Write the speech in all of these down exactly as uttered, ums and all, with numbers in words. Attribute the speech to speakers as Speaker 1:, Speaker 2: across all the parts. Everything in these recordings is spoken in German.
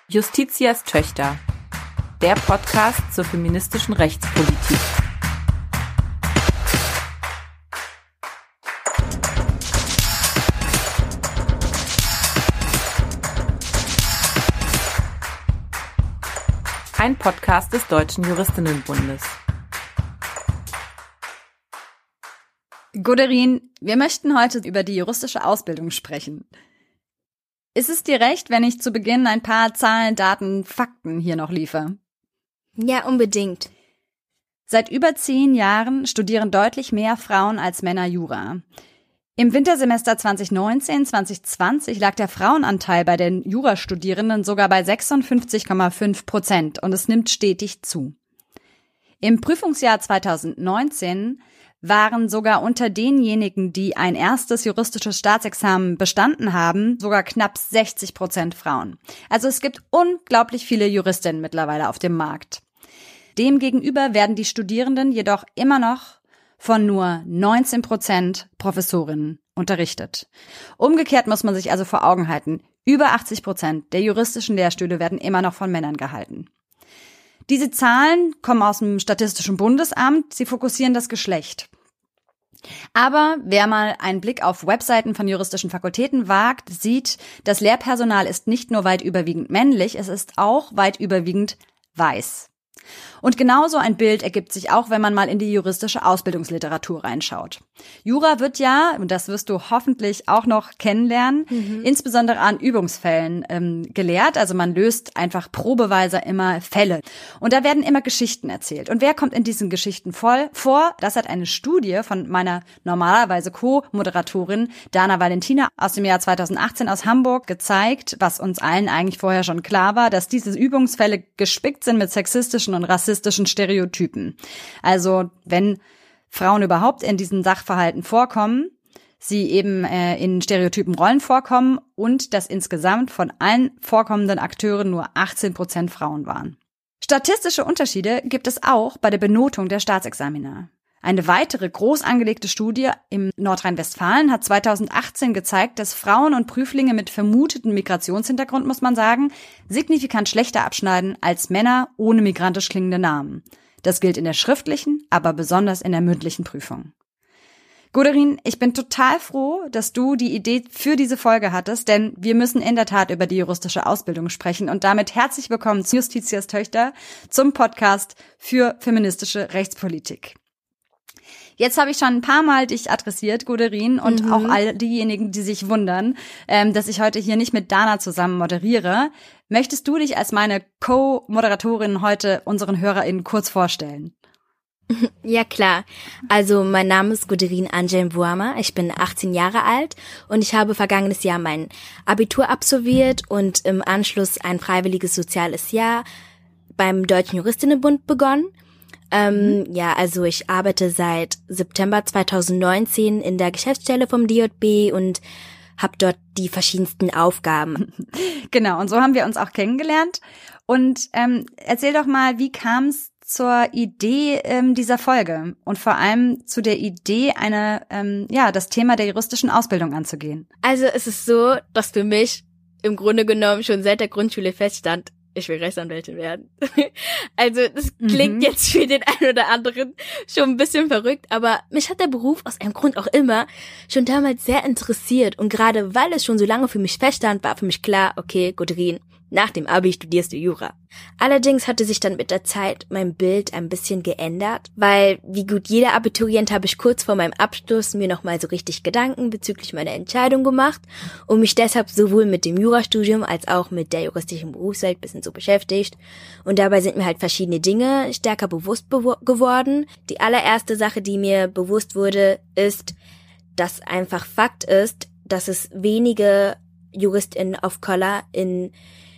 Speaker 1: Justitias Töchter, der Podcast zur feministischen Rechtspolitik. Ein Podcast des Deutschen Juristinnenbundes.
Speaker 2: Goderin, wir möchten heute über die juristische Ausbildung sprechen. Ist es dir recht, wenn ich zu Beginn ein paar Zahlen, Daten, Fakten hier noch liefere?
Speaker 3: Ja, unbedingt.
Speaker 2: Seit über zehn Jahren studieren deutlich mehr Frauen als Männer Jura. Im Wintersemester zwanzig neunzehn zwanzig zwanzig lag der Frauenanteil bei den Jurastudierenden sogar bei sechsundfünfzig Komma fünf Prozent und es nimmt stetig zu. Im Prüfungsjahr zweitausendneunzehn waren sogar unter denjenigen, die ein erstes juristisches Staatsexamen bestanden haben, sogar knapp sechzig Prozent Frauen. Also es gibt unglaublich viele Juristinnen mittlerweile auf dem Markt. Demgegenüber werden die Studierenden jedoch immer noch von nur neunzehn Prozent Professorinnen unterrichtet. Umgekehrt muss man sich also vor Augen halten, über achtzig Prozent der juristischen Lehrstühle werden immer noch von Männern gehalten. Diese Zahlen kommen aus dem Statistischen Bundesamt, sie fokussieren das Geschlecht. Aber wer mal einen Blick auf Webseiten von juristischen Fakultäten wagt, sieht, das Lehrpersonal ist nicht nur weit überwiegend männlich, es ist auch weit überwiegend weiß. Und genauso ein Bild ergibt sich auch, wenn man mal in die juristische Ausbildungsliteratur reinschaut. Jura wird ja, und das wirst du hoffentlich auch noch kennenlernen, mhm. insbesondere an Übungsfällen ähm, gelehrt. Also man löst einfach probeweise immer Fälle. Und da werden immer Geschichten erzählt. Und wer kommt in diesen Geschichten voll vor? Das hat eine Studie von meiner normalerweise Co-Moderatorin Dana Valentina aus dem Jahr zweitausendachtzehn aus Hamburg gezeigt, was uns allen eigentlich vorher schon klar war, dass diese Übungsfälle gespickt sind mit sexistischen und rassistischen Stereotypen. Also wenn Frauen überhaupt in diesen Sachverhalten vorkommen, sie eben äh, in stereotypen Rollen vorkommen und dass insgesamt von allen vorkommenden Akteuren nur achtzehn Prozent Frauen waren. Statistische Unterschiede gibt es auch bei der Benotung der Staatsexamina. Eine weitere groß angelegte Studie im Nordrhein-Westfalen hat zweitausendachtzehn gezeigt, dass Frauen und Prüflinge mit vermutetem Migrationshintergrund, muss man sagen, signifikant schlechter abschneiden als Männer ohne migrantisch klingende Namen. Das gilt in der schriftlichen, aber besonders in der mündlichen Prüfung. Goderin, ich bin total froh, dass du die Idee für diese Folge hattest, denn wir müssen in der Tat über die juristische Ausbildung sprechen und damit herzlich willkommen zu Justitias Töchter zum Podcast für feministische Rechtspolitik. Jetzt habe ich schon ein paar Mal dich adressiert, Goderin, und mhm. auch all diejenigen, die sich wundern, ähm, dass ich heute hier nicht mit Dana zusammen moderiere. Möchtest du dich als meine Co-Moderatorin heute unseren HörerInnen kurz vorstellen?
Speaker 3: Ja, klar. Also mein Name ist Goderin Angel Mvuama, ich bin achtzehn Jahre alt und ich habe vergangenes Jahr mein Abitur absolviert und im Anschluss ein freiwilliges soziales Jahr beim Deutschen Juristinnenbund begonnen. Ähm, mhm. Ja, also ich arbeite seit September zweitausendneunzehn in der Geschäftsstelle vom D J B und habe dort die verschiedensten Aufgaben.
Speaker 2: Genau, und so haben wir uns auch kennengelernt. Und ähm, erzähl doch mal, wie kam es zur Idee ähm, dieser Folge und vor allem zu der Idee, eine ähm, ja das Thema der juristischen Ausbildung anzugehen?
Speaker 3: Also es ist so, dass für mich im Grunde genommen schon seit der Grundschule feststand, ich will Rechtsanwältin werden. Also das klingt mhm. jetzt für den einen oder anderen schon ein bisschen verrückt, aber mich hat der Beruf aus einem Grund auch immer schon damals sehr interessiert. Und gerade weil es schon so lange für mich feststand, war für mich klar, okay, Goderin, nach dem Abi studierst du Jura. Allerdings hatte sich dann mit der Zeit mein Bild ein bisschen geändert, weil wie gut jeder Abiturient habe ich kurz vor meinem Abschluss mir nochmal so richtig Gedanken bezüglich meiner Entscheidung gemacht und mich deshalb sowohl mit dem Jurastudium als auch mit der juristischen Berufswelt ein bisschen so beschäftigt. Und dabei sind mir halt verschiedene Dinge stärker bewusst bewo- geworden. Die allererste Sache, die mir bewusst wurde, ist, dass einfach Fakt ist, dass es wenige JuristInnen of Color in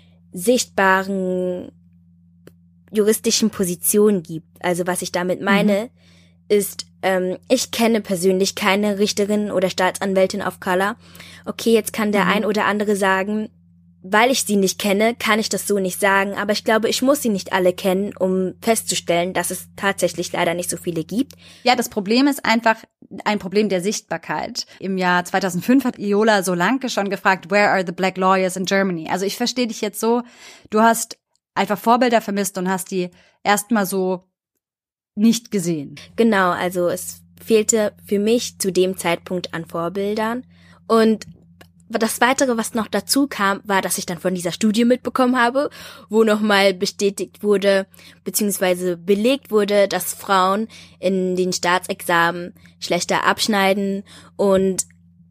Speaker 3: sichtbaren juristischen Positionen gibt. Also was ich damit meine, mhm. ist, ähm, ich kenne persönlich keine Richterin oder Staatsanwältin of Color. Okay, jetzt kann der mhm. ein oder andere sagen, weil ich sie nicht kenne, kann ich das so nicht sagen, aber ich glaube, ich muss sie nicht alle kennen, um festzustellen, dass es tatsächlich leider nicht so viele gibt.
Speaker 2: Ja, das Problem ist einfach ein Problem der Sichtbarkeit. Im Jahr zweitausendfünf hat Iola Solanke schon gefragt, where are the black lawyers in Germany? Also ich verstehe dich jetzt so, du hast einfach Vorbilder vermisst und hast die erstmal so nicht gesehen.
Speaker 3: Genau, also es fehlte für mich zu dem Zeitpunkt an Vorbildern. Und das Weitere, was noch dazu kam, war, dass ich dann von dieser Studie mitbekommen habe, wo nochmal bestätigt wurde, beziehungsweise belegt wurde, dass Frauen in den Staatsexamen schlechter abschneiden. Und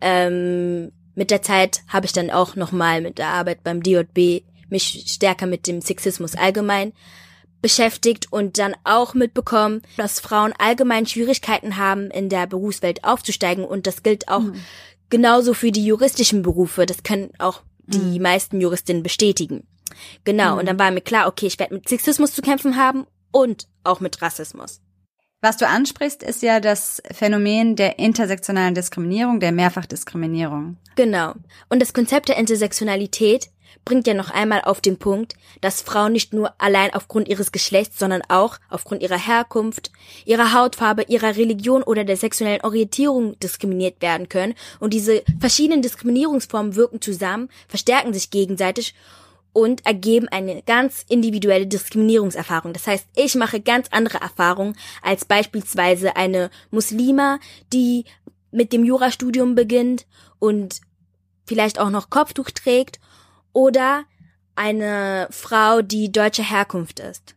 Speaker 3: ähm, mit der Zeit habe ich dann auch nochmal mit der Arbeit beim D J B mich stärker mit dem Sexismus allgemein beschäftigt und dann auch mitbekommen, dass Frauen allgemein Schwierigkeiten haben, in der Berufswelt aufzusteigen. Und das gilt auch mhm. genauso für die juristischen Berufe. Das können auch die mhm. meisten Juristinnen bestätigen. Genau, mhm. und dann war mir klar, okay, ich werde mit Sexismus zu kämpfen haben und auch mit Rassismus.
Speaker 2: Was du ansprichst, ist ja das Phänomen der intersektionalen Diskriminierung, der Mehrfachdiskriminierung.
Speaker 3: Genau. Und das Konzept der Intersektionalität bringt ja noch einmal auf den Punkt, dass Frauen nicht nur allein aufgrund ihres Geschlechts, sondern auch aufgrund ihrer Herkunft, ihrer Hautfarbe, ihrer Religion oder der sexuellen Orientierung diskriminiert werden können. Und diese verschiedenen Diskriminierungsformen wirken zusammen, verstärken sich gegenseitig und ergeben eine ganz individuelle Diskriminierungserfahrung. Das heißt, ich mache ganz andere Erfahrungen als beispielsweise eine Muslima, die mit dem Jurastudium beginnt und vielleicht auch noch Kopftuch trägt, oder eine Frau, die deutscher Herkunft ist.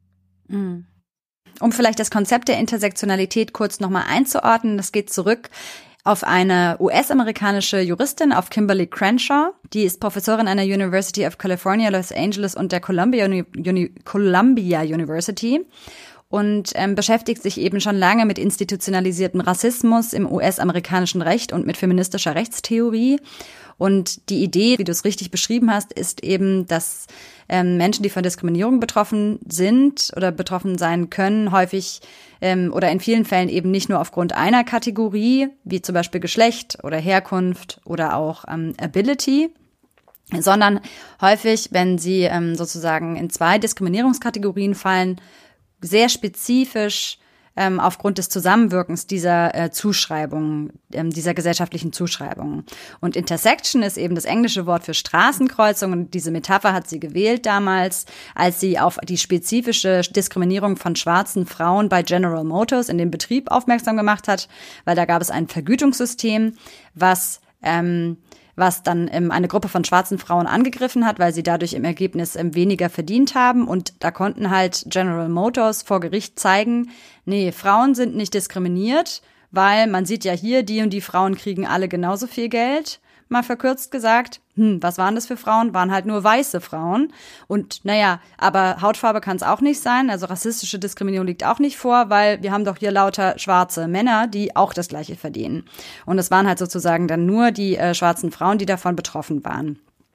Speaker 2: Um vielleicht das Konzept der Intersektionalität kurz nochmal einzuordnen, das geht zurück auf eine U S-amerikanische Juristin, auf Kimberly Crenshaw. Die ist Professorin an der University of California, Los Angeles und der Columbia, Uni- Uni- Columbia University und ähm, beschäftigt sich eben schon lange mit institutionalisiertem Rassismus im U S-amerikanischen Recht und mit feministischer Rechtstheorie. Und die Idee, wie du es richtig beschrieben hast, ist eben, dass ähm, Menschen, die von Diskriminierung betroffen sind oder betroffen sein können, häufig ähm, oder in vielen Fällen eben nicht nur aufgrund einer Kategorie, wie zum Beispiel Geschlecht oder Herkunft oder auch ähm, Ability, sondern häufig, wenn sie ähm, sozusagen in zwei Diskriminierungskategorien fallen, sehr spezifisch ähm, aufgrund des Zusammenwirkens dieser äh, Zuschreibungen, ähm, dieser gesellschaftlichen Zuschreibungen. Und Intersection ist eben das englische Wort für Straßenkreuzung und diese Metapher hat sie gewählt damals, als sie auf die spezifische Diskriminierung von schwarzen Frauen bei General Motors in dem Betrieb aufmerksam gemacht hat, weil da gab es ein Vergütungssystem, was ähm, was dann ähm, eine Gruppe von schwarzen Frauen angegriffen hat, weil sie dadurch im Ergebnis ähm, weniger verdient haben. Und da konnten halt General Motors vor Gericht zeigen, nee, Frauen sind nicht diskriminiert, weil man sieht ja hier, die und die Frauen kriegen alle genauso viel Geld, mal verkürzt gesagt. Hm, was waren das für Frauen? Waren halt nur weiße Frauen. Und naja, aber Hautfarbe kann es auch nicht sein. Also rassistische Diskriminierung liegt auch nicht vor, weil wir haben doch hier lauter schwarze Männer, die auch das Gleiche verdienen. Und es waren halt sozusagen dann nur die äh, schwarzen Frauen, die davon betroffen waren.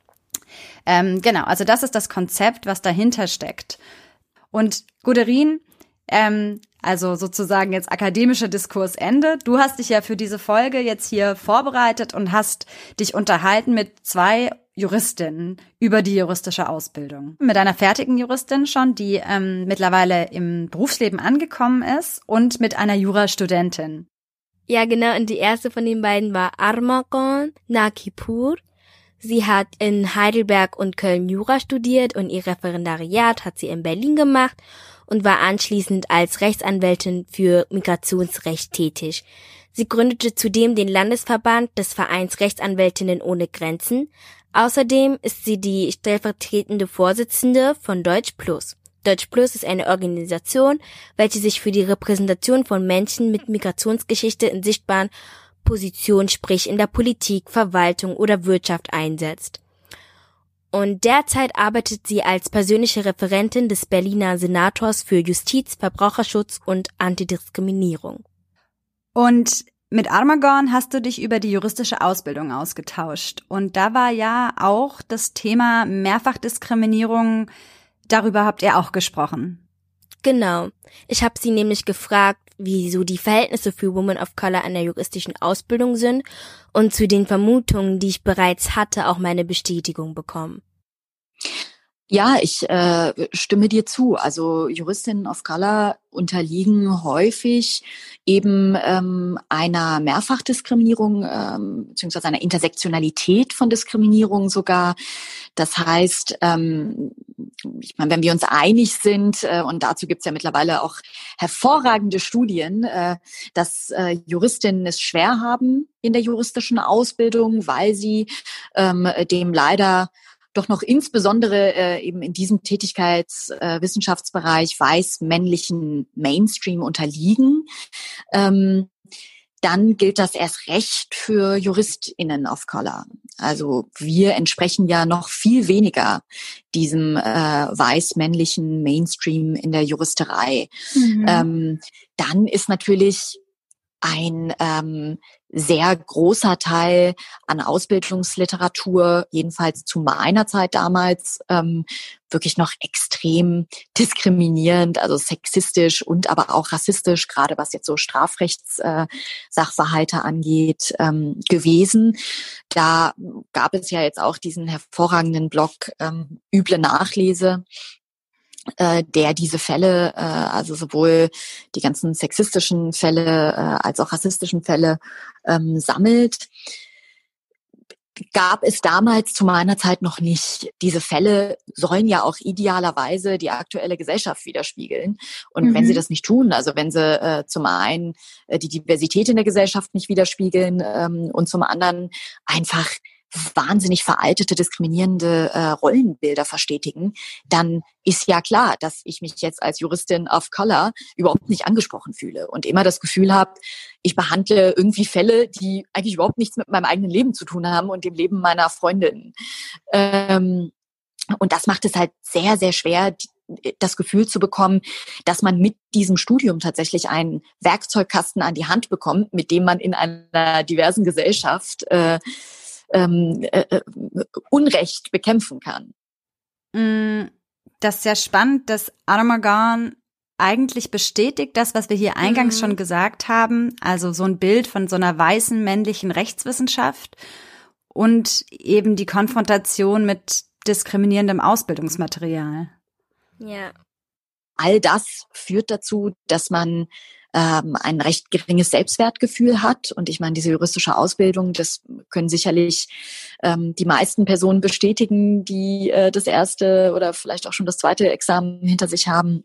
Speaker 2: Ähm, genau, also das ist das Konzept, was dahinter steckt. Und Guderian, ähm, also sozusagen jetzt akademischer Diskursende. Du hast dich ja für diese Folge jetzt hier vorbereitet und hast dich unterhalten mit zwei Juristinnen über die juristische Ausbildung. Mit einer fertigen Juristin schon, die ähm, mittlerweile im Berufsleben angekommen ist, und mit einer Jurastudentin.
Speaker 3: Ja, genau. Und die erste von den beiden war Armaghan Nakipur. Sie hat in Heidelberg und Köln Jura studiert und ihr Referendariat hat sie in Berlin gemacht und war anschließend als Rechtsanwältin für Migrationsrecht tätig. Sie gründete zudem den Landesverband des Vereins Rechtsanwältinnen ohne Grenzen. Außerdem ist sie die stellvertretende Vorsitzende von Deutsch Plus. Deutsch Plus ist eine Organisation, welche sich für die Repräsentation von Menschen mit Migrationsgeschichte in sichtbaren Positionen, sprich in der Politik, Verwaltung oder Wirtschaft einsetzt. Und derzeit arbeitet sie als persönliche Referentin des Berliner Senators für Justiz, Verbraucherschutz und Antidiskriminierung.
Speaker 2: Und mit Armaghan hast du dich über die juristische Ausbildung ausgetauscht. Und da war ja auch das Thema Mehrfachdiskriminierung, darüber habt ihr auch gesprochen.
Speaker 3: Genau. Ich habe sie nämlich gefragt, wie so die Verhältnisse für Women of Color an der juristischen Ausbildung sind und zu den Vermutungen, die ich bereits hatte, auch meine Bestätigung bekommen.
Speaker 4: Ja, ich äh, stimme dir zu. Also Juristinnen of Color unterliegen häufig eben ähm, einer Mehrfachdiskriminierung ähm, beziehungsweise einer Intersektionalität von Diskriminierung sogar. Das heißt, ähm, ich meine, wenn wir uns einig sind, äh, und dazu gibt es ja mittlerweile auch hervorragende Studien, äh, dass äh, Juristinnen es schwer haben in der juristischen Ausbildung, weil sie ähm, dem leider doch noch insbesondere äh, eben in diesem Tätigkeitswissenschaftsbereich äh, weiß-männlichen Mainstream unterliegen, ähm, dann gilt das erst recht für JuristInnen of Color. Also wir entsprechen ja noch viel weniger diesem äh, weiß-männlichen Mainstream in der Juristerei. Mhm. Ähm, dann ist natürlich ein ähm, sehr großer Teil an Ausbildungsliteratur, jedenfalls zu meiner Zeit damals, ähm, wirklich noch extrem diskriminierend, also sexistisch und aber auch rassistisch, gerade was jetzt so Strafrechtssachverhalte äh, angeht, ähm, gewesen. Da gab es ja jetzt auch diesen hervorragenden Blog ähm, Üble Nachlese, der diese Fälle, also sowohl die ganzen sexistischen Fälle als auch rassistischen Fälle ähm, sammelt. Gab es damals zu meiner Zeit noch nicht. Diese Fälle sollen ja auch idealerweise die aktuelle Gesellschaft widerspiegeln. Und mhm. wenn sie das nicht tun, also wenn sie äh, zum einen äh, die Diversität in der Gesellschaft nicht widerspiegeln ähm, und zum anderen einfach wahnsinnig veraltete, diskriminierende äh, Rollenbilder verstetigen, dann ist ja klar, dass ich mich jetzt als Juristin of Color überhaupt nicht angesprochen fühle und immer das Gefühl habe, ich behandle irgendwie Fälle, die eigentlich überhaupt nichts mit meinem eigenen Leben zu tun haben und dem Leben meiner Freundin. Ähm, und das macht es halt sehr, sehr schwer, das Gefühl zu bekommen, dass man mit diesem Studium tatsächlich einen Werkzeugkasten an die Hand bekommt, mit dem man in einer diversen Gesellschaft äh, Ähm, äh, Unrecht bekämpfen kann.
Speaker 2: Das ist ja spannend, dass Armagon eigentlich bestätigt das, was wir hier eingangs mhm. schon gesagt haben, also so ein Bild von so einer weißen männlichen Rechtswissenschaft und eben die Konfrontation mit diskriminierendem Ausbildungsmaterial.
Speaker 3: Ja.
Speaker 4: All das führt dazu, dass man ähm, ein recht geringes Selbstwertgefühl hat. Und ich meine, diese juristische Ausbildung, das können sicherlich ähm, die meisten Personen bestätigen, die äh, das erste oder vielleicht auch schon das zweite Examen hinter sich haben,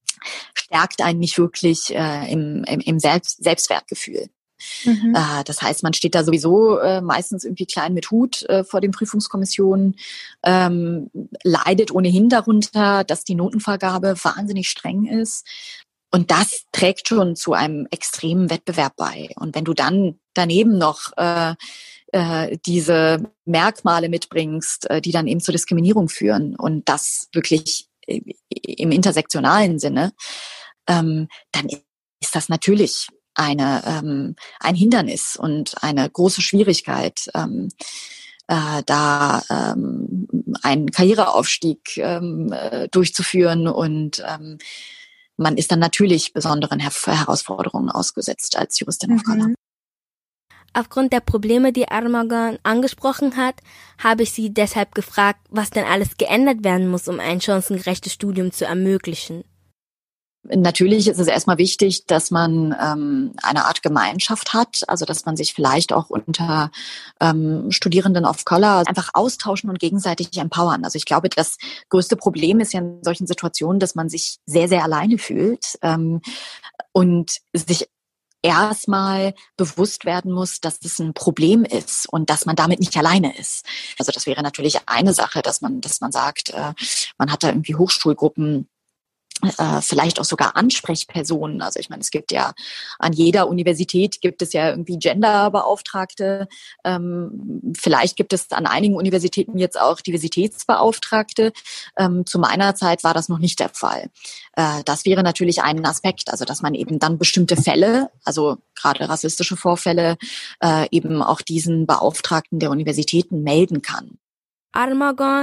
Speaker 4: stärkt einen nicht wirklich äh, im, im, im Selbst, Selbstwertgefühl. Mhm. Äh, das heißt, man steht da sowieso äh, meistens irgendwie klein mit Hut äh, vor den Prüfungskommissionen, ähm, leidet ohnehin darunter, dass die Notenvergabe wahnsinnig streng ist. Und das trägt schon zu einem extremen Wettbewerb bei. Und wenn du dann daneben noch äh, äh, diese Merkmale mitbringst, äh, die dann eben zur Diskriminierung führen und das wirklich äh, im intersektionalen Sinne, ähm, dann ist das natürlich eine ähm, ein Hindernis und eine große Schwierigkeit, ähm, äh, da ähm, einen Karriereaufstieg ähm, äh, durchzuführen und ähm, man ist dann natürlich besonderen Her- Herausforderungen ausgesetzt als Juristin of Color.
Speaker 3: Aufgrund der Probleme, die Armagon angesprochen hat, habe ich sie deshalb gefragt, was denn alles geändert werden muss, um ein chancengerechtes Studium zu ermöglichen.
Speaker 4: Natürlich ist es erstmal wichtig, dass man ähm, eine Art Gemeinschaft hat, also dass man sich vielleicht auch unter ähm, Studierenden of Color einfach austauschen und gegenseitig empowern. Also ich glaube, das größte Problem ist ja in solchen Situationen, dass man sich sehr, sehr alleine fühlt ähm, und sich erstmal bewusst werden muss, dass das ein Problem ist und dass man damit nicht alleine ist. Also das wäre natürlich eine Sache, dass man, dass man sagt, äh, man hat da irgendwie Hochschulgruppen, Äh, vielleicht auch sogar Ansprechpersonen. Also ich meine, es gibt ja an jeder Universität gibt es ja irgendwie Genderbeauftragte. Ähm, vielleicht gibt es an einigen Universitäten jetzt auch Diversitätsbeauftragte. Ähm, zu meiner Zeit war das noch nicht der Fall. Äh, das wäre natürlich ein Aspekt, also dass man eben dann bestimmte Fälle, also gerade rassistische Vorfälle, äh, eben auch diesen Beauftragten der Universitäten melden kann.
Speaker 3: Armagon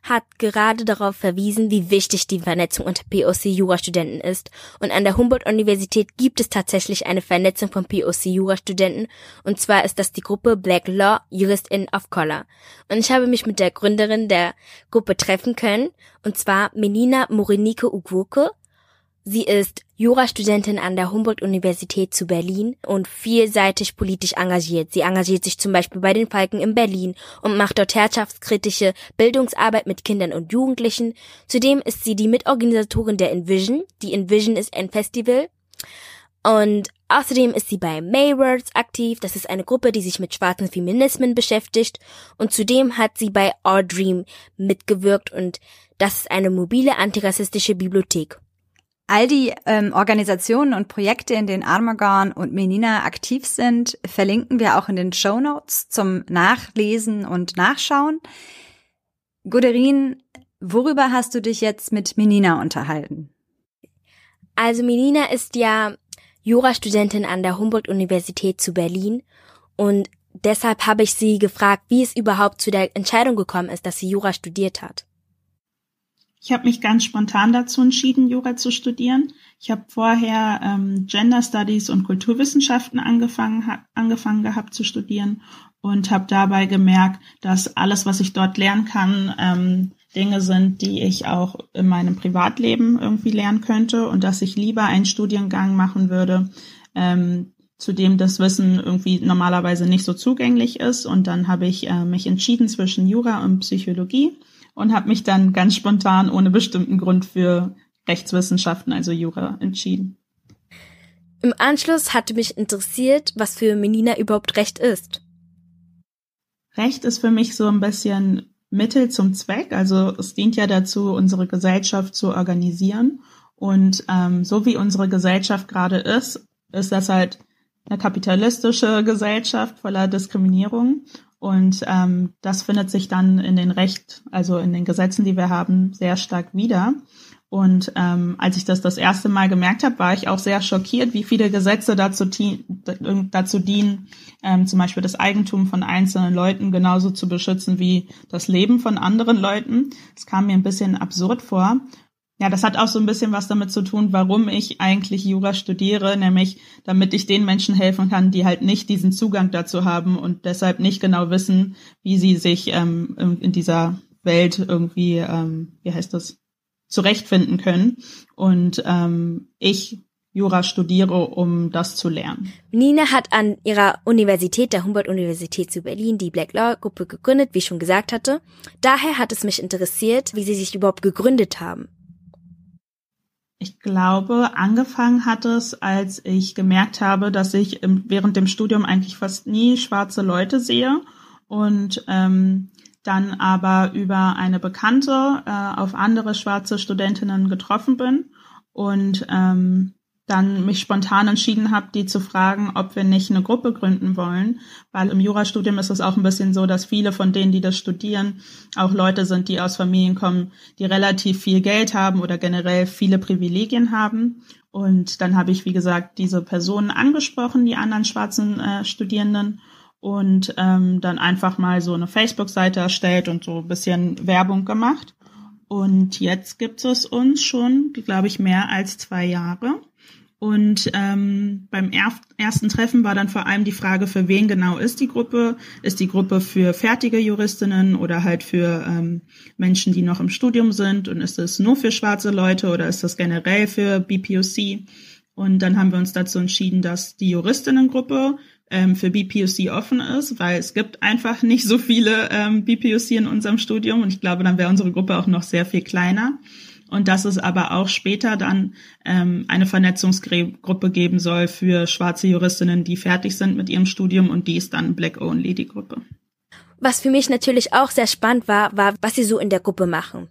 Speaker 3: hat gerade darauf verwiesen, wie wichtig die Vernetzung unter P O C-Jurastudenten ist. Und an der Humboldt-Universität gibt es tatsächlich eine Vernetzung von P O C-Jurastudenten. Und zwar ist das die Gruppe Black Law JuristInnen of Color. Und ich habe mich mit der Gründerin der Gruppe treffen können, und zwar Menina Morenike Ugwoke. Sie ist Jurastudentin an der Humboldt-Universität zu Berlin und vielseitig politisch engagiert. Sie engagiert sich zum Beispiel bei den Falken in Berlin und macht dort herrschaftskritische Bildungsarbeit mit Kindern und Jugendlichen. Zudem ist sie die Mitorganisatorin der Envision. Die Envision ist ein Festival. Und außerdem ist sie bei Maywords aktiv. Das ist eine Gruppe, die sich mit schwarzen Feminismen beschäftigt. Und zudem hat sie bei Our Dream mitgewirkt, und das ist eine mobile antirassistische Bibliothek.
Speaker 2: All die ähm, Organisationen und Projekte, in denen Armaghan und Menina aktiv sind, verlinken wir auch in den Shownotes zum Nachlesen und Nachschauen. Guderin, worüber hast du dich jetzt mit Menina unterhalten?
Speaker 3: Also Menina ist ja Jurastudentin an der Humboldt-Universität zu Berlin, und deshalb habe ich sie gefragt, wie es überhaupt zu der Entscheidung gekommen ist, dass sie Jura studiert hat.
Speaker 5: Ich habe mich ganz spontan dazu entschieden, Jura zu studieren. Ich habe vorher ähm, Gender Studies und Kulturwissenschaften angefangen, ha- angefangen gehabt zu studieren und habe dabei gemerkt, dass alles, was ich dort lernen kann, ähm, Dinge sind, die ich auch in meinem Privatleben irgendwie lernen könnte, und dass ich lieber einen Studiengang machen würde, ähm, zu dem das Wissen irgendwie normalerweise nicht so zugänglich ist. Und dann habe ich äh, mich entschieden zwischen Jura und Psychologie und habe mich dann ganz spontan ohne bestimmten Grund für Rechtswissenschaften, also Jura, entschieden.
Speaker 3: Im Anschluss hatte mich interessiert, was für Menina überhaupt Recht ist.
Speaker 5: Recht ist für mich so ein bisschen Mittel zum Zweck. Also es dient ja dazu, unsere Gesellschaft zu organisieren. Und ähm, so wie unsere Gesellschaft gerade ist, ist das halt eine kapitalistische Gesellschaft voller Diskriminierung. Und ähm, das findet sich dann in den Recht, also in den Gesetzen, die wir haben, sehr stark wieder. Und ähm, als ich das das erste Mal gemerkt habe, war ich auch sehr schockiert, wie viele Gesetze dazu, ti- dazu dienen, ähm, zum Beispiel das Eigentum von einzelnen Leuten genauso zu beschützen wie das Leben von anderen Leuten. Das kam mir ein bisschen absurd vor. Ja, das hat auch so ein bisschen was damit zu tun, warum ich eigentlich Jura studiere, nämlich damit ich den Menschen helfen kann, die halt nicht diesen Zugang dazu haben und deshalb nicht genau wissen, wie sie sich ähm, in dieser Welt irgendwie, ähm, wie heißt das, zurechtfinden können. Und ähm, ich Jura studiere, um das zu lernen.
Speaker 3: Nina hat an ihrer Universität, der Humboldt-Universität zu Berlin, die Black Law Gruppe gegründet, wie ich schon gesagt hatte. Daher hat es mich interessiert, wie sie sich überhaupt gegründet haben.
Speaker 5: Ich glaube, angefangen hat es, als ich gemerkt habe, dass ich im, während dem Studium eigentlich fast nie schwarze Leute sehe und ähm, dann aber über eine Bekannte äh, auf andere schwarze Studentinnen getroffen bin und ähm, dann mich spontan entschieden habe, die zu fragen, ob wir nicht eine Gruppe gründen wollen, weil im Jurastudium ist es auch ein bisschen so, dass viele von denen, die das studieren, auch Leute sind, die aus Familien kommen, die relativ viel Geld haben oder generell viele Privilegien haben. Und dann habe ich, wie gesagt, diese Personen angesprochen, die anderen schwarzen äh, Studierenden, und ähm, dann einfach mal so eine Facebook-Seite erstellt und so ein bisschen Werbung gemacht. Und jetzt gibt es uns schon, glaube ich, mehr als zwei Jahre. Und ähm, beim er- ersten Treffen war dann vor allem die Frage, für wen genau ist die Gruppe? Ist die Gruppe für fertige Juristinnen oder halt für ähm, Menschen, die noch im Studium sind? Und ist es nur für schwarze Leute oder ist das generell für B P O C? Und dann haben wir uns dazu entschieden, dass die Juristinnengruppe ähm, für B P O C offen ist, weil es gibt einfach nicht so viele ähm, B P O C in unserem Studium. Und ich glaube, dann wäre unsere Gruppe auch noch sehr viel kleiner. Und dass es aber auch später dann ähm, eine Vernetzungsgruppe geben soll für schwarze Juristinnen, die fertig sind mit ihrem Studium, und die ist dann Black Only, die Gruppe.
Speaker 3: Was für mich natürlich auch sehr spannend war, war, was sie so in der Gruppe machen.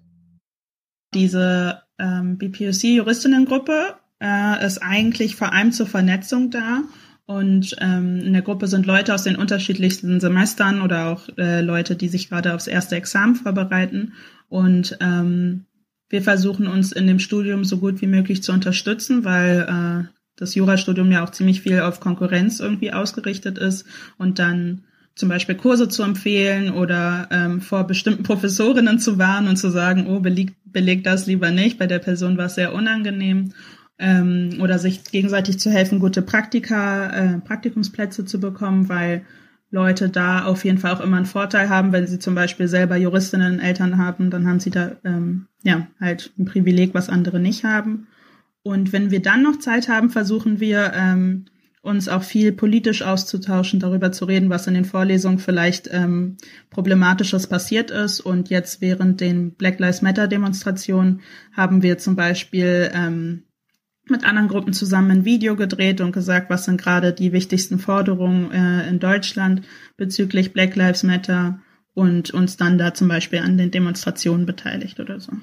Speaker 5: Diese ähm, B P O C-Juristinnengruppe äh, ist eigentlich vor allem zur Vernetzung da. Und ähm, in der Gruppe sind Leute aus den unterschiedlichsten Semestern oder auch äh, Leute, die sich gerade aufs erste Examen vorbereiten. Und ähm, wir versuchen uns in dem Studium so gut wie möglich zu unterstützen, weil äh, das Jurastudium ja auch ziemlich viel auf Konkurrenz irgendwie ausgerichtet ist. Und dann zum Beispiel Kurse zu empfehlen oder ähm, vor bestimmten Professorinnen zu warnen und zu sagen, oh, beleg, beleg das lieber nicht, bei der Person war es sehr unangenehm. Ähm, oder sich gegenseitig zu helfen, gute Praktika, äh, Praktikumsplätze zu bekommen, weil Leute da auf jeden Fall auch immer einen Vorteil haben, wenn sie zum Beispiel selber Juristinnen, Eltern haben, dann haben sie da ähm, ja halt ein Privileg, was andere nicht haben. Und wenn wir dann noch Zeit haben, versuchen wir ähm, uns auch viel politisch auszutauschen, darüber zu reden, was in den Vorlesungen vielleicht ähm, Problematisches passiert ist. Und jetzt während den Black Lives Matter Demonstrationen haben wir zum Beispiel ähm, mit anderen Gruppen zusammen ein Video gedreht und gesagt, was sind gerade die wichtigsten Forderungen äh, in Deutschland bezüglich Black Lives Matter und uns dann da zum Beispiel an den Demonstrationen beteiligt oder so.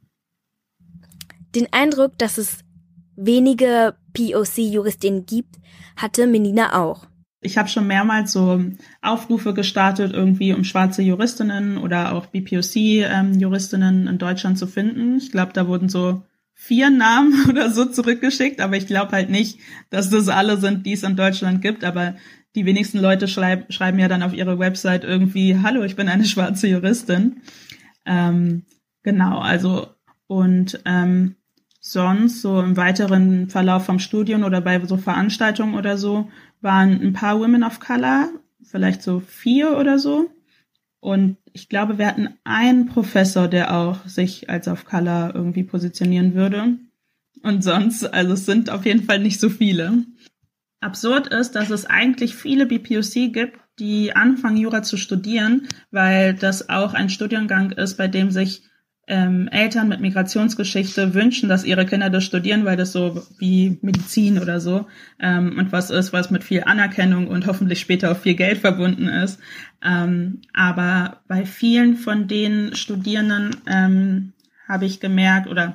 Speaker 3: Den Eindruck, dass es wenige P O C-Juristinnen gibt, hatte Menina auch.
Speaker 5: Ich habe schon mehrmals so Aufrufe gestartet, irgendwie um schwarze Juristinnen oder auch B P O C-Juristinnen in Deutschland zu finden. Ich glaube, da wurden so vier Namen oder so zurückgeschickt, aber ich glaube halt nicht, dass das alle sind, die es in Deutschland gibt, aber die wenigsten Leute schreib, schreiben ja dann auf ihre Website irgendwie, hallo, ich bin eine schwarze Juristin. Ähm, genau, also und ähm, sonst so im weiteren Verlauf vom Studium oder bei so Veranstaltungen oder so waren ein paar Women of Color, vielleicht so vier oder so. Und ich glaube, wir hatten einen Professor, der auch sich als of Color irgendwie positionieren würde. Und sonst, also es sind auf jeden Fall nicht so viele. Absurd ist, dass es eigentlich viele B P O C gibt, die anfangen, Jura zu studieren, weil das auch ein Studiengang ist, bei dem sich ähm, Eltern mit Migrationsgeschichte wünschen, dass ihre Kinder das studieren, weil das so wie Medizin oder so ähm, und was ist, was mit viel Anerkennung und hoffentlich später auch viel Geld verbunden ist. Ähm, aber bei vielen von den Studierenden ähm, habe ich gemerkt oder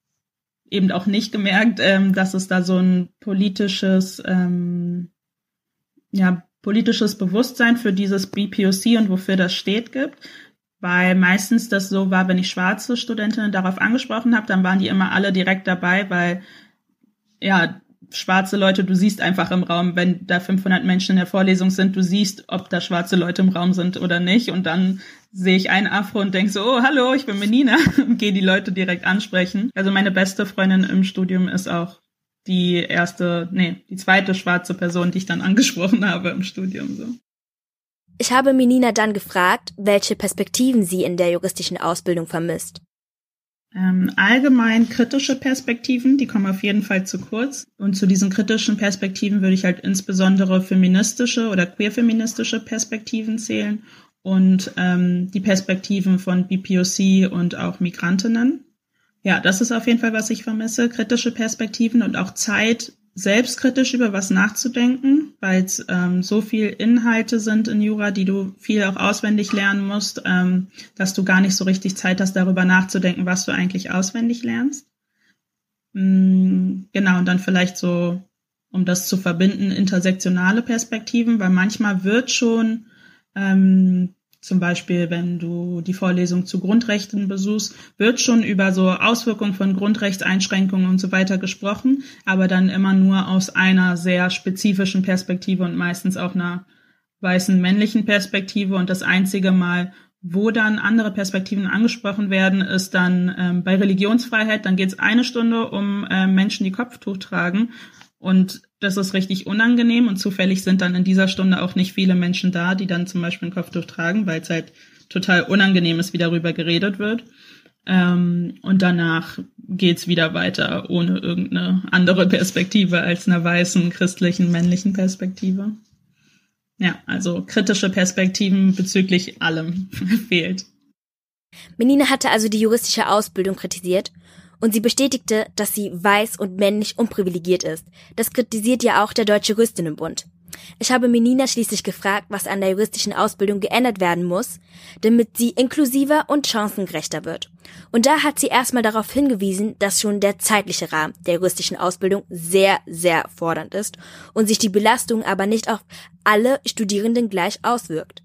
Speaker 5: eben auch nicht gemerkt, ähm, dass es da so ein politisches, ähm, ja, politisches Bewusstsein für dieses B P O C und wofür das steht gibt. Weil meistens das so war, wenn ich schwarze Studentinnen darauf angesprochen habe, dann waren die immer alle direkt dabei, weil, ja, schwarze Leute, du siehst einfach im Raum, wenn da fünfhundert Menschen in der Vorlesung sind, du siehst, ob da schwarze Leute im Raum sind oder nicht. Und dann sehe ich einen Afro und denke so, oh, hallo, ich bin Menina und gehe die Leute direkt ansprechen. Also meine beste Freundin im Studium ist auch die erste, nee, die zweite schwarze Person, die ich dann angesprochen habe im Studium, so.
Speaker 3: Ich habe Menina dann gefragt, welche Perspektiven sie in der juristischen Ausbildung vermisst.
Speaker 5: Ähm, allgemein kritische Perspektiven, die kommen auf jeden Fall zu kurz. Und zu diesen kritischen Perspektiven würde ich halt insbesondere feministische oder queerfeministische Perspektiven zählen und ähm, die Perspektiven von B P O C und auch Migrantinnen. Ja, das ist auf jeden Fall, was ich vermisse. Kritische Perspektiven und auch Zeit, selbstkritisch über was nachzudenken, weil es ähm, so viel Inhalte sind in Jura, die du viel auch auswendig lernen musst, ähm, dass du gar nicht so richtig Zeit hast, darüber nachzudenken, was du eigentlich auswendig lernst. Mm, genau, und dann vielleicht so, um das zu verbinden, intersektionale Perspektiven, weil manchmal wird schon ähm, zum Beispiel, wenn du die Vorlesung zu Grundrechten besuchst, wird schon über so Auswirkungen von Grundrechtseinschränkungen und so weiter gesprochen, aber dann immer nur aus einer sehr spezifischen Perspektive und meistens auch einer weißen männlichen Perspektive. Und das einzige Mal, wo dann andere Perspektiven angesprochen werden, ist dann ähm, bei Religionsfreiheit. Dann geht es eine Stunde um äh, Menschen, die Kopftuch tragen. Und das ist richtig unangenehm und zufällig sind dann in dieser Stunde auch nicht viele Menschen da, die dann zum Beispiel ein Kopftuch tragen, weil es halt total unangenehm ist, wie darüber geredet wird. Ähm, und danach geht's wieder weiter ohne irgendeine andere Perspektive als einer weißen, christlichen, männlichen Perspektive. Ja, also kritische Perspektiven bezüglich allem fehlt.
Speaker 3: Menina hatte also die juristische Ausbildung kritisiert und sie bestätigte, dass sie weiß und männlich unprivilegiert ist. Das kritisiert ja auch der Deutsche Juristinnenbund. Ich habe Menina schließlich gefragt, was an der juristischen Ausbildung geändert werden muss, damit sie inklusiver und chancengerechter wird. Und da hat sie erstmal darauf hingewiesen, dass schon der zeitliche Rahmen der juristischen Ausbildung sehr, sehr fordernd ist und sich die Belastung aber nicht auf alle Studierenden gleich auswirkt.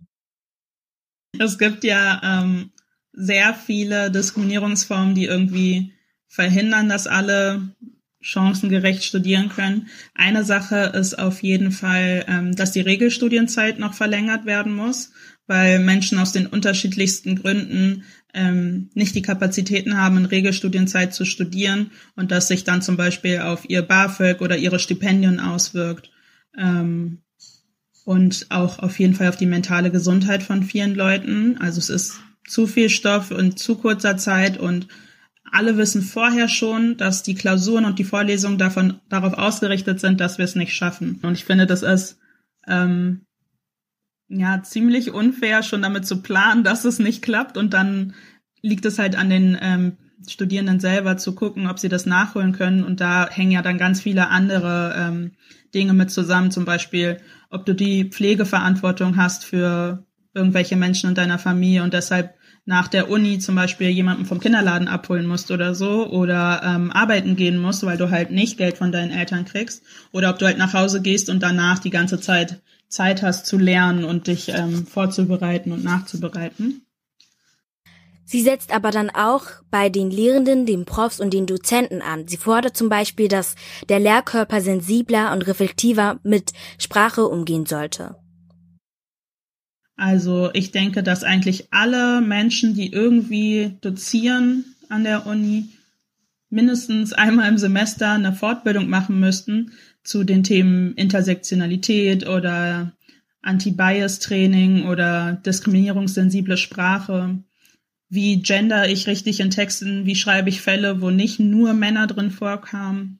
Speaker 5: Es gibt ja ähm, sehr viele Diskriminierungsformen, die irgendwie verhindern, dass alle chancengerecht studieren können. Eine Sache ist auf jeden Fall, ähm, dass die Regelstudienzeit noch verlängert werden muss, weil Menschen aus den unterschiedlichsten Gründen ähm, nicht die Kapazitäten haben, in Regelstudienzeit zu studieren und das sich dann zum Beispiel auf ihr BAföG oder ihre Stipendien auswirkt. Ähm, und auch auf jeden Fall auf die mentale Gesundheit von vielen Leuten. Also es ist zu viel Stoff in zu kurzer Zeit und alle wissen vorher schon, dass die Klausuren und die Vorlesungen davon darauf ausgerichtet sind, dass wir es nicht schaffen. Und ich finde, das ist ähm, ja ziemlich unfair, schon damit zu planen, dass es nicht klappt. Und dann liegt es halt an den ähm, Studierenden selber zu gucken, ob sie das nachholen können. Und da hängen ja dann ganz viele andere ähm, Dinge mit zusammen. Zum Beispiel, ob du die Pflegeverantwortung hast für irgendwelche Menschen in deiner Familie und deshalb nach der Uni zum Beispiel jemanden vom Kinderladen abholen musst oder so oder ähm, arbeiten gehen musst, weil du halt nicht Geld von deinen Eltern kriegst oder ob du halt nach Hause gehst und danach die ganze Zeit Zeit hast zu lernen und dich ähm, vorzubereiten und nachzubereiten.
Speaker 3: Sie setzt aber dann auch bei den Lehrenden, den Profs und den Dozenten an. Sie fordert zum Beispiel, dass der Lehrkörper sensibler und reflektiver mit Sprache umgehen sollte.
Speaker 5: Also ich denke, dass eigentlich alle Menschen, die irgendwie dozieren an der Uni, mindestens einmal im Semester eine Fortbildung machen müssten zu den Themen Intersektionalität oder Anti-Bias-Training oder diskriminierungssensible Sprache. Wie gender ich richtig in Texten? Wie schreibe ich Fälle, wo nicht nur Männer drin vorkamen?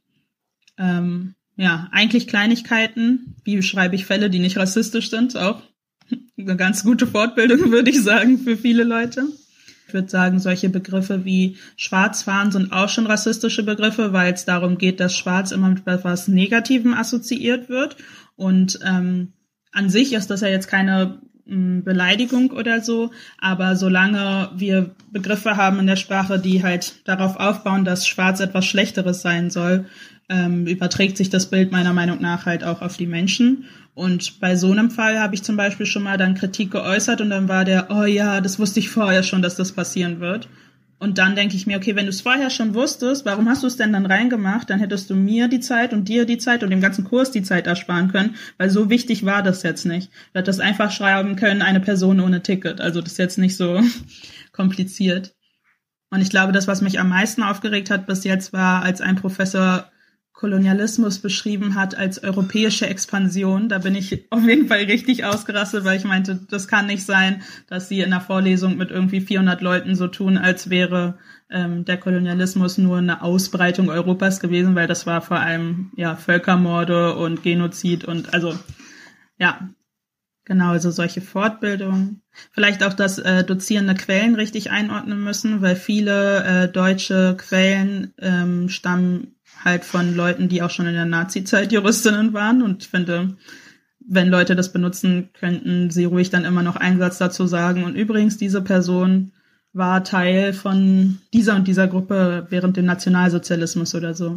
Speaker 5: Ähm, ja, eigentlich Kleinigkeiten. Wie schreibe ich Fälle, die nicht rassistisch sind? Auch eine ganz gute Fortbildung, würde ich sagen, für viele Leute. Ich würde sagen, solche Begriffe wie Schwarzfahren sind auch schon rassistische Begriffe, weil es darum geht, dass Schwarz immer mit etwas Negativem assoziiert wird. Und ähm, an sich ist das ja jetzt keine ähm, Beleidigung oder so, aber solange wir Begriffe haben in der Sprache, die halt darauf aufbauen, dass Schwarz etwas Schlechteres sein soll, ähm, überträgt sich das Bild meiner Meinung nach halt auch auf die Menschen. Und bei so einem Fall habe ich zum Beispiel schon mal dann Kritik geäußert und dann war der, oh ja, das wusste ich vorher schon, dass das passieren wird. Und dann denke ich mir, okay, wenn du es vorher schon wusstest, warum hast du es denn dann reingemacht? Dann hättest du mir die Zeit und dir die Zeit und dem ganzen Kurs die Zeit ersparen können, weil so wichtig war das jetzt nicht. Du hättest einfach schreiben können, eine Person ohne Ticket. Also das ist jetzt nicht so kompliziert. Und ich glaube, das, was mich am meisten aufgeregt hat bis jetzt, war, als ein Professor Kolonialismus beschrieben hat als europäische Expansion. Da bin ich auf jeden Fall richtig ausgerastet, weil ich meinte, das kann nicht sein, dass sie in einer Vorlesung mit irgendwie vierhundert Leuten so tun, als wäre ähm, der Kolonialismus nur eine Ausbreitung Europas gewesen, weil das war vor allem ja Völkermorde und Genozid und also ja, genau, also solche Fortbildungen. Vielleicht auch, dass äh, Dozierende Quellen richtig einordnen müssen, weil viele äh, deutsche Quellen ähm, stammen halt von Leuten, die auch schon in der Nazi-Zeit Juristinnen waren. Und ich finde, wenn Leute das benutzen, könnten sie ruhig dann immer noch einen Satz dazu sagen. Und übrigens, diese Person war Teil von dieser und dieser Gruppe während dem Nationalsozialismus oder so.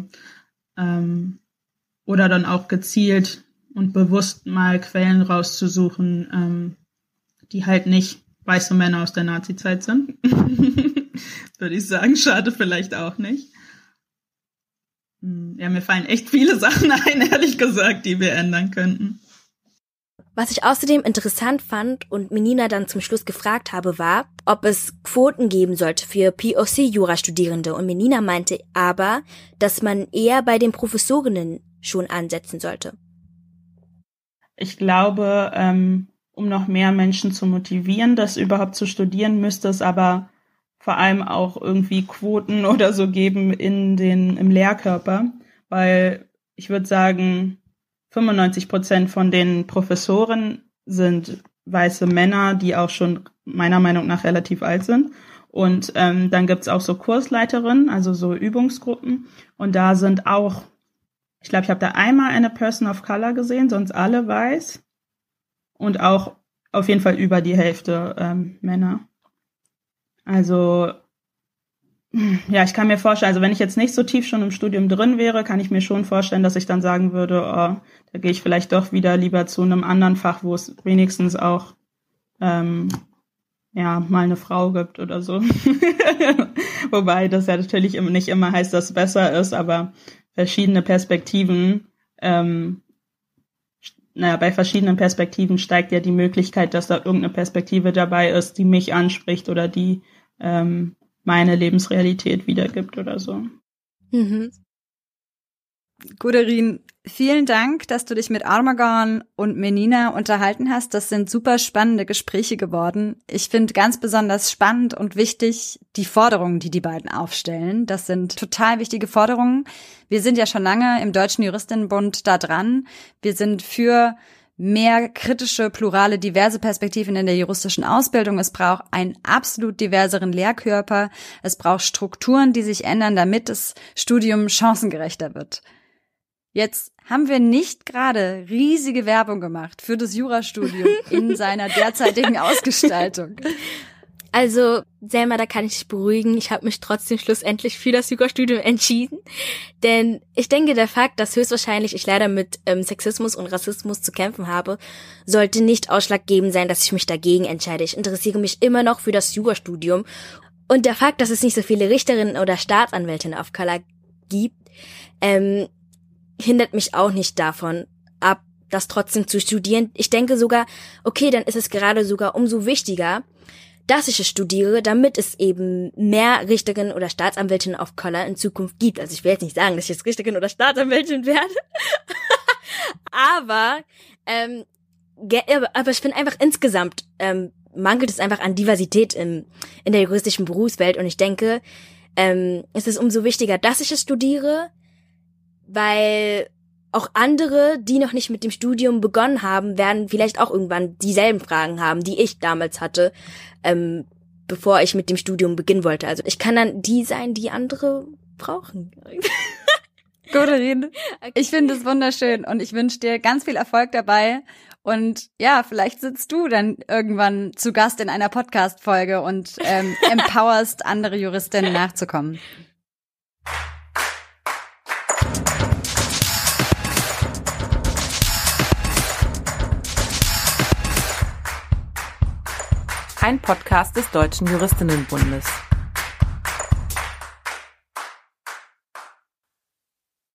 Speaker 5: Ähm, oder dann auch gezielt und bewusst mal Quellen rauszusuchen, ähm, die halt nicht weiße Männer aus der Nazi-Zeit sind. Würde ich sagen, schade vielleicht auch nicht. Ja, mir fallen echt viele Sachen ein, ehrlich gesagt, die wir ändern könnten.
Speaker 3: Was ich außerdem interessant fand und Menina dann zum Schluss gefragt habe, war, ob es Quoten geben sollte für P O C-Jura-Studierende. Und Menina meinte aber, dass man eher bei den Professorinnen schon ansetzen sollte.
Speaker 5: Ich glaube, ähm, um noch mehr Menschen zu motivieren, das überhaupt zu studieren, müsste es aber vor allem auch irgendwie Quoten oder so geben in den, im Lehrkörper, weil ich würde sagen, fünfundneunzig Prozent von den Professoren sind weiße Männer, die auch schon meiner Meinung nach relativ alt sind. Und ähm, dann gibt's auch so Kursleiterinnen, also so Übungsgruppen. Und da sind auch, ich glaube, ich habe da einmal eine Person of Color gesehen, sonst alle weiß. Und auch auf jeden Fall über die Hälfte ähm, Männer. Also, ja, ich kann mir vorstellen, also wenn ich jetzt nicht so tief schon im Studium drin wäre, kann ich mir schon vorstellen, dass ich dann sagen würde, oh, da gehe ich vielleicht doch wieder lieber zu einem anderen Fach, wo es wenigstens auch ähm, ja, mal eine Frau gibt oder so. Wobei das ja natürlich nicht immer heißt, dass es besser ist, aber verschiedene Perspektiven, ähm, naja, bei verschiedenen Perspektiven steigt ja die Möglichkeit, dass da irgendeine Perspektive dabei ist, die mich anspricht oder die ähm, meine Lebensrealität wiedergibt oder so.
Speaker 3: Mhm.
Speaker 2: Gudrun, vielen Dank, dass du dich mit Armaghan und Menina unterhalten hast. Das sind super spannende Gespräche geworden. Ich finde ganz besonders spannend und wichtig die Forderungen, die die beiden aufstellen. Das sind total wichtige Forderungen. Wir sind ja schon lange im Deutschen Juristinnenbund da dran. Wir sind für mehr kritische, plurale, diverse Perspektiven in der juristischen Ausbildung. Es braucht einen absolut diverseren Lehrkörper. Es braucht Strukturen, die sich ändern, damit das Studium chancengerechter wird. Jetzt haben wir nicht gerade riesige Werbung gemacht für das Jurastudium in seiner derzeitigen Ausgestaltung.
Speaker 3: Also, Selma, da kann ich dich beruhigen. Ich habe mich trotzdem schlussendlich für das Jurastudium entschieden. Denn ich denke, der Fakt, dass höchstwahrscheinlich ich leider mit ähm, Sexismus und Rassismus zu kämpfen habe, sollte nicht ausschlaggebend sein, dass ich mich dagegen entscheide. Ich interessiere mich immer noch für das Jurastudium. Und der Fakt, dass es nicht so viele Richterinnen oder Staatsanwältinnen of Color gibt, ähm, hindert mich auch nicht davon ab, das trotzdem zu studieren. Ich denke sogar, okay, dann ist es gerade sogar umso wichtiger, dass ich es studiere, damit es eben mehr Richterinnen oder Staatsanwältinnen of Color in Zukunft gibt. Also ich will jetzt nicht sagen, dass ich jetzt Richterin oder Staatsanwältin werde, aber ähm, aber ich finde einfach insgesamt ähm, mangelt es einfach an Diversität im, in der juristischen Berufswelt und ich denke, ähm, es ist umso wichtiger, dass ich es studiere, weil auch andere, die noch nicht mit dem Studium begonnen haben, werden vielleicht auch irgendwann dieselben Fragen haben, die ich damals hatte, ähm, bevor ich mit dem Studium beginnen wollte. Also ich kann dann die sein, die andere brauchen.
Speaker 2: Gudrun, okay. Ich finde es wunderschön und ich wünsche dir ganz viel Erfolg dabei. Und ja, vielleicht sitzt du dann irgendwann zu Gast in einer Podcast-Folge und ähm, empowerst andere Juristinnen nachzukommen.
Speaker 1: Ein Podcast des Deutschen Juristinnenbundes.